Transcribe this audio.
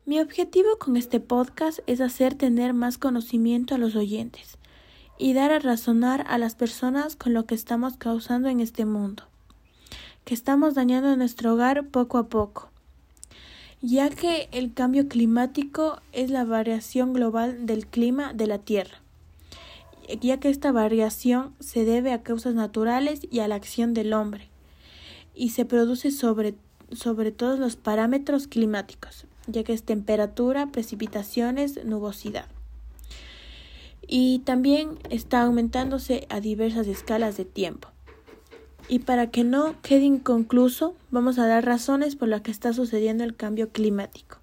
Mi objetivo con este podcast es hacer tener más conocimiento a los oyentes y dar a razonar a las personas con lo que estamos causando en este mundo, que estamos dañando nuestro hogar poco a poco, ya que el cambio climático es la variación global del clima de la Tierra, ya que esta variación se debe a causas naturales y a la acción del hombre, y se produce sobre todos los parámetros climáticos, ya que es temperatura, precipitaciones, nubosidad. Y también está aumentándose a diversas escalas de tiempo. Y para que no quede inconcluso, vamos a dar razones por las que está sucediendo el cambio climático.